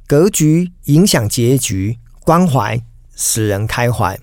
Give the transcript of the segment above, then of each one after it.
格局影响结局，关怀使人开怀。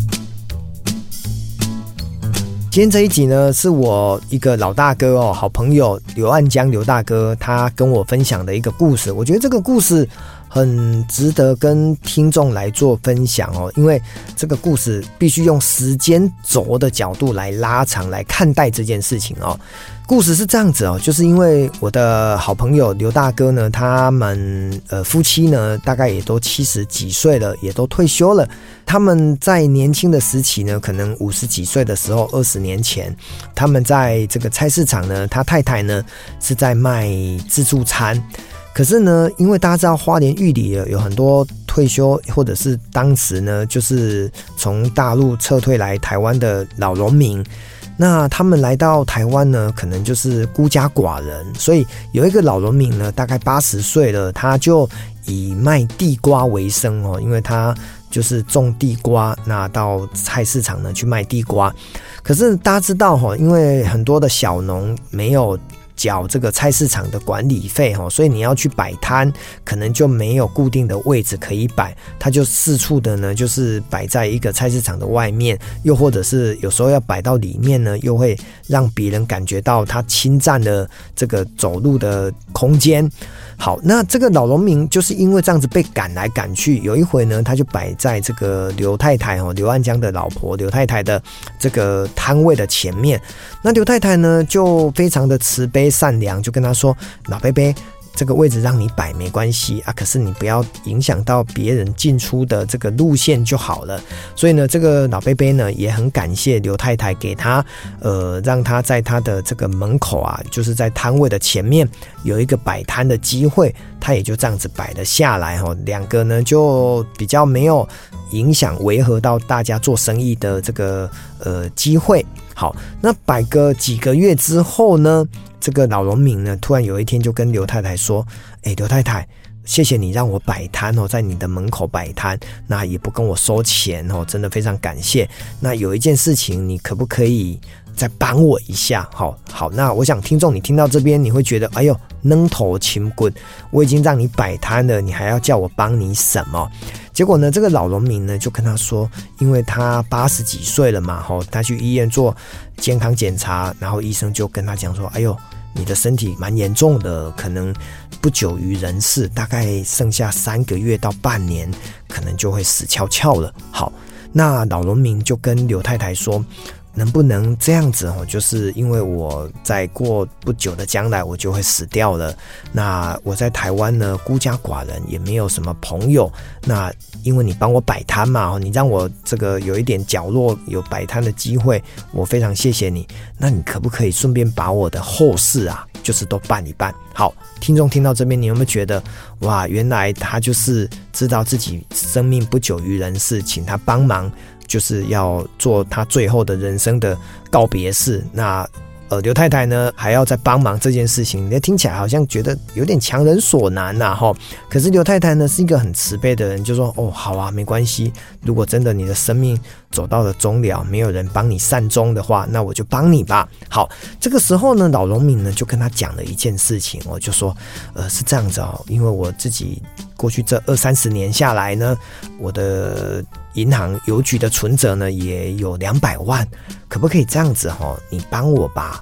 今天这一集呢，是我一个老大哥哦，好朋友刘岸江刘大哥，他跟我分享的一个故事。我觉得这个故事很值得跟听众来做分享哦，因为这个故事必须用时间轴的角度来拉长来看待这件事情哦。故事是这样子哦，就是因为我的好朋友刘大哥呢，他们夫妻呢大概也都70几岁了，也都退休了。他们在年轻的时期呢，可能50几岁的时候，20年前，他们在这个菜市场呢，他太太呢是在卖自助餐。可是呢，因为大家知道花莲玉里有很多退休或者是当时呢就是从大陆撤退来台湾的老农民，那他们来到台湾呢，可能就是孤家寡人，所以有一个老农民呢，大概80岁了，他就以卖地瓜为生哦，因为他就是种地瓜，那到菜市场呢去卖地瓜。可是大家知道哈，因为很多的小农没有缴这个菜市场的管理费，所以你要去摆摊可能就没有固定的位置可以摆，他就四处的呢就是摆在一个菜市场的外面，又或者是有时候要摆到里面呢，又会让别人感觉到他侵占了这个走路的空间。好，那这个老农民就是因为这样子被赶来赶去，有一回呢他就摆在这个刘太太刘岸江的老婆刘太太的这个摊位的前面。那刘太太呢就非常的慈悲善良，就跟他说，老伯伯，这个位置让你摆没关系啊，可是你不要影响到别人进出的这个路线就好了。所以呢，这个老伯伯呢也很感谢刘太太给他让他在他的这个门口啊，就是在摊位的前面有一个摆摊的机会，他也就这样子摆了下来哦。两个呢就比较没有影响违和到大家做生意的这个机会。好，那摆个几个月之后呢，这个老农民呢突然有一天就跟刘太太说，刘太太，谢谢你让我摆摊哦，在你的门口摆摊，那也不跟我收钱哦，真的非常感谢。那有一件事情你可不可以再帮我一下？好，那我想听众你听到这边你会觉得，哎呦，扔头轻棍，我已经让你摆摊了，你还要叫我帮你什么？结果呢，这个老农民呢就跟他说，因为他80几岁了嘛，他去医院做健康检查，然后医生就跟他讲说，哎呦，你的身体蛮严重的，可能不久于人世，大概剩下3个月到半年，可能就会死翘翘了。好，那老农民就跟刘太太说，能不能这样子哦？就是因为我在过不久的将来我就会死掉了，那我在台湾呢孤家寡人，也没有什么朋友，那因为你帮我摆摊嘛，你让我这个有一点角落有摆摊的机会，我非常谢谢你，那你可不可以顺便把我的后事啊就是都办一办？好，听众听到这边你有没有觉得，哇，原来他就是知道自己生命不久于人世，请他帮忙就是要做他最后的人生的告别式。那刘太太呢还要再帮忙这件事情，你听起来好像觉得有点强人所难啊齁。可是刘太太呢是一个很慈悲的人，就说哦好啊，没关系，如果真的你的生命走到了终了，没有人帮你善终的话，那我就帮你吧。好，这个时候呢老农民呢就跟他讲了一件事情，我就说是这样子哦，因为我自己过去这20-30年下来呢，我的银行邮局的存折呢也有200万，可不可以这样子齁，你帮我把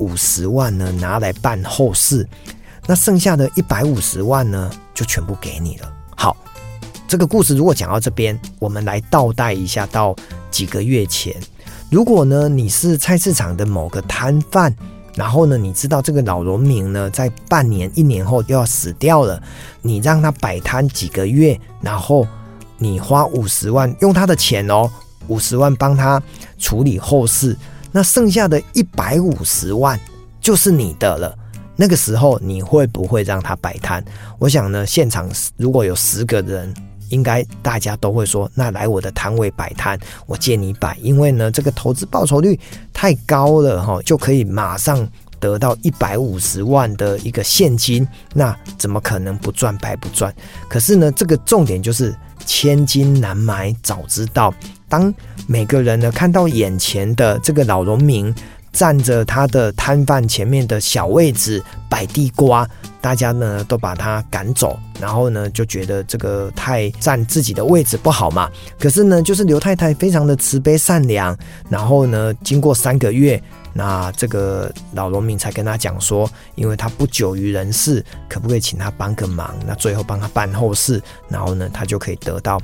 50万呢拿来办后事，那剩下的150万呢就全部给你了。好，这个故事如果讲到这边，我们来倒带一下到几个月前，如果呢你是菜市场的某个摊贩，然后呢你知道这个老农民呢在半年1年后又要死掉了，你让他摆摊几个月，然后你花50万用他的钱哦，50万帮他处理后事，那剩下的150万就是你的了。那个时候你会不会让他摆摊？我想呢现场如果有10个人，应该大家都会说，那来我的摊位摆摊，我借你摆，因为呢这个投资报酬率太高了，就可以马上得到150万的一个现金，那怎么可能不赚白不赚？可是呢这个重点就是千金难买早知道，当每个人呢看到眼前的这个老农民占着他的摊贩前面的小位置摆地瓜，大家呢都把他赶走，然后呢就觉得这个太占自己的位置不好嘛。可是呢，就是刘太太非常的慈悲善良，然后呢经过3个月，那这个老农民才跟他讲说，因为他不久于人世，可不可以请他帮个忙，那最后帮他办后事，然后呢他就可以得到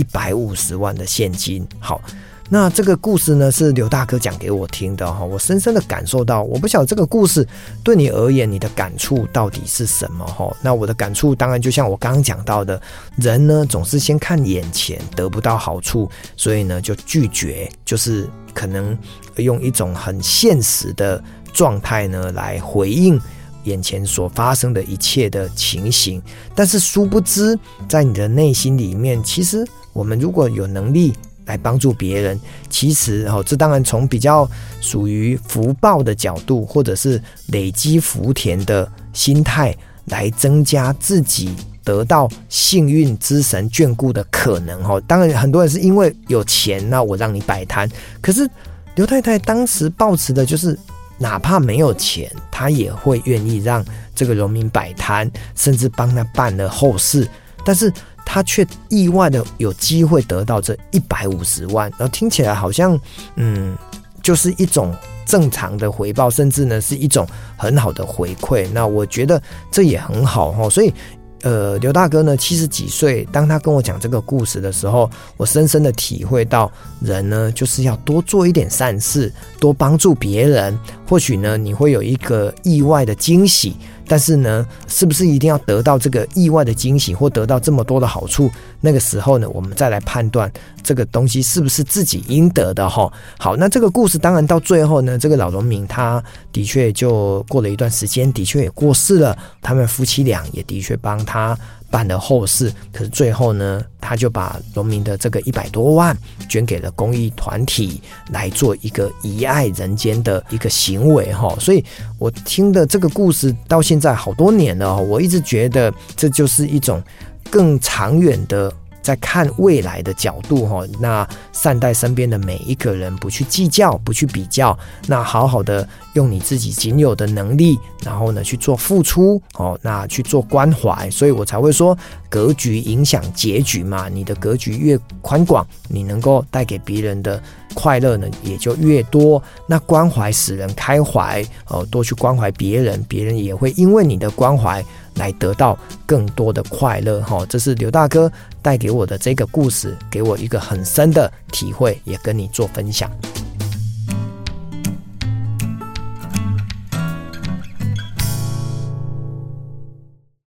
150万的现金。好，那这个故事呢是刘大哥讲给我听的，我深深的感受到，我不晓得这个故事对你而言你的感触到底是什么。那我的感触当然就像我刚刚讲到的，人呢总是先看眼前得不到好处，所以呢就拒绝，就是可能用一种很现实的状态呢来回应眼前所发生的一切的情形。但是殊不知在你的内心里面，其实我们如果有能力来帮助别人，其实这当然从比较属于福报的角度，或者是累积福田的心态来增加自己得到幸运之神眷顾的可能。当然很多人是因为有钱，那我让你摆摊，可是刘太太当时抱持的就是哪怕没有钱，她也会愿意让这个农民摆摊，甚至帮他办了后事，但是他却意外的有机会得到这150万，然后听起来好像就是一种正常的回报，甚至呢是一种很好的回馈。那我觉得这也很好。所以刘大哥呢70几岁，当他跟我讲这个故事的时候，我深深的体会到，人呢就是要多做一点善事，多帮助别人，或许呢你会有一个意外的惊喜，但是呢是不是一定要得到这个意外的惊喜或得到这么多的好处，那个时候呢我们再来判断这个东西是不是自己应得的。好，那这个故事当然到最后呢，这个老农民他的确就过了一段时间，的确也过世了，他们夫妻俩也的确帮他办了后事，可是最后呢他就把农民的这个100多万捐给了公益团体，来做一个遗爱人间的一个行为。所以我听的这个故事到现在好多年了，我一直觉得这就是一种更长远的在看未来的角度，那善待身边的每一个人，不去计较，不去比较，那好好的用你自己仅有的能力，然后呢去做付出，那去做关怀。所以我才会说格局影响结局嘛，你的格局越宽广，你能够带给别人的快乐呢也就越多。那关怀使人开怀，多去关怀别人，别人也会因为你的关怀来得到更多的快乐。这是刘大哥带给我的这个故事，给我一个很深的体会，也跟你做分享。